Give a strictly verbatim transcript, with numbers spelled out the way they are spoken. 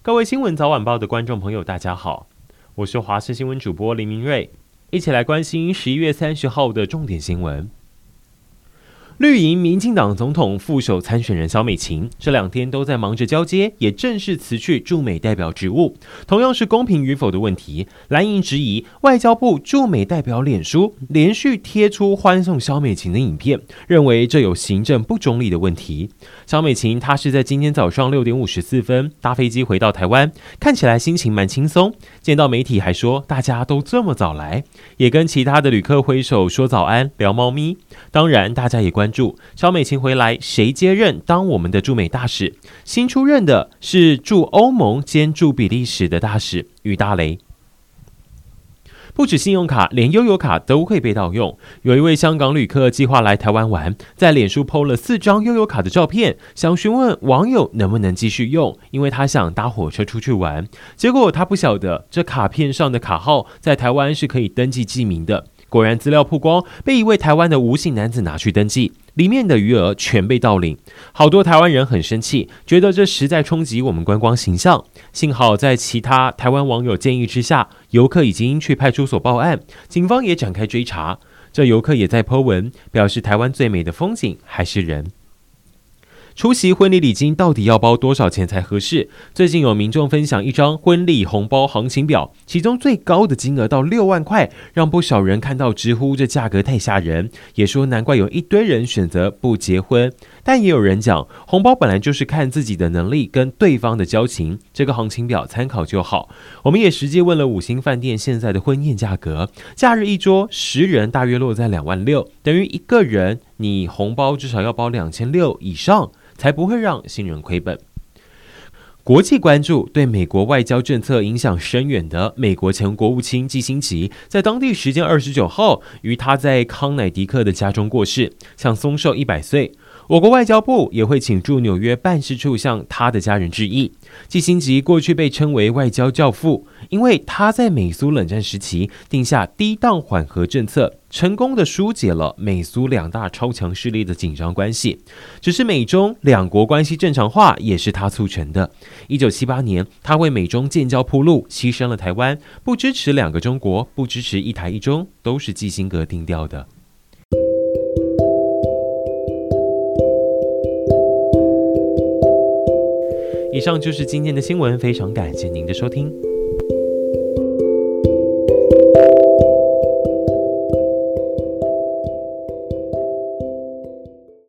各位新闻早晚报的观众朋友，大家好，我是华视新闻主播林明瑞，一起来关心十一月三十号的重点新闻。绿营民进党总统副手参选人萧美琴这两天都在忙着交接，也正式辞去驻美代表职务。同样是公平与否的问题，蓝营质疑外交部驻美代表脸书连续贴出欢送萧美琴的影片，认为这有行政不中立的问题。萧美琴她是在今天早上六点五十四分搭飞机回到台湾，看起来心情蛮轻松，见到媒体还说大家都这么早来，也跟其他的旅客挥手说早安，聊猫咪。当然大家也关注萧美琴回来谁接任当我们的驻美大使，新出任的是驻欧盟兼驻比利时的大使于大雷。不止信用卡，连悠游卡都会被盗用。有一位香港旅客计划来台湾玩，在脸书 po 了四张悠游卡的照片，想询问网友能不能继续用，因为他想搭火车出去玩。结果他不晓得这卡片上的卡号在台湾是可以登记记名的。果然资料曝光，被一位台湾的吴姓男子拿去登记，里面的余额全被盗领。好多台湾人很生气，觉得这实在冲击我们观光形象。幸好在其他台湾网友建议之下，游客已经去派出所报案，警方也展开追查。这游客也在 po 文，表示台湾最美的风景还是人。出席婚礼礼金到底要包多少钱才合适？最近有民众分享一张婚礼红包行情表，其中最高的金额到六万块，让不少人看到直呼这价格太吓人，也说难怪有一堆人选择不结婚。但也有人讲，红包本来就是看自己的能力跟对方的交情，这个行情表参考就好。我们也实际问了五星饭店现在的婚宴价格，假日一桌十人大约落在两万六，等于一个人你红包至少要包两千六以上，才不会让新人亏本。国际关注对美国外交政策影响深远的美国前国务卿基辛吉，在当地时间二十九号于他在康乃狄克的家中过世，享松寿一百岁。我国外交部也会请驻纽约办事处向他的家人致意。基辛吉过去被称为外交教父，因为他在美苏冷战时期定下低档缓和政策，成功的疏解了美苏两大超强势力的紧张关系。只是美中两国关系正常化也是他促成的。一九七八年，他为美中建交铺路，牺牲了台湾，不支持两个中国，不支持一台一中，都是基辛格定调的。以上就是今天的新闻，非常感谢您的收听。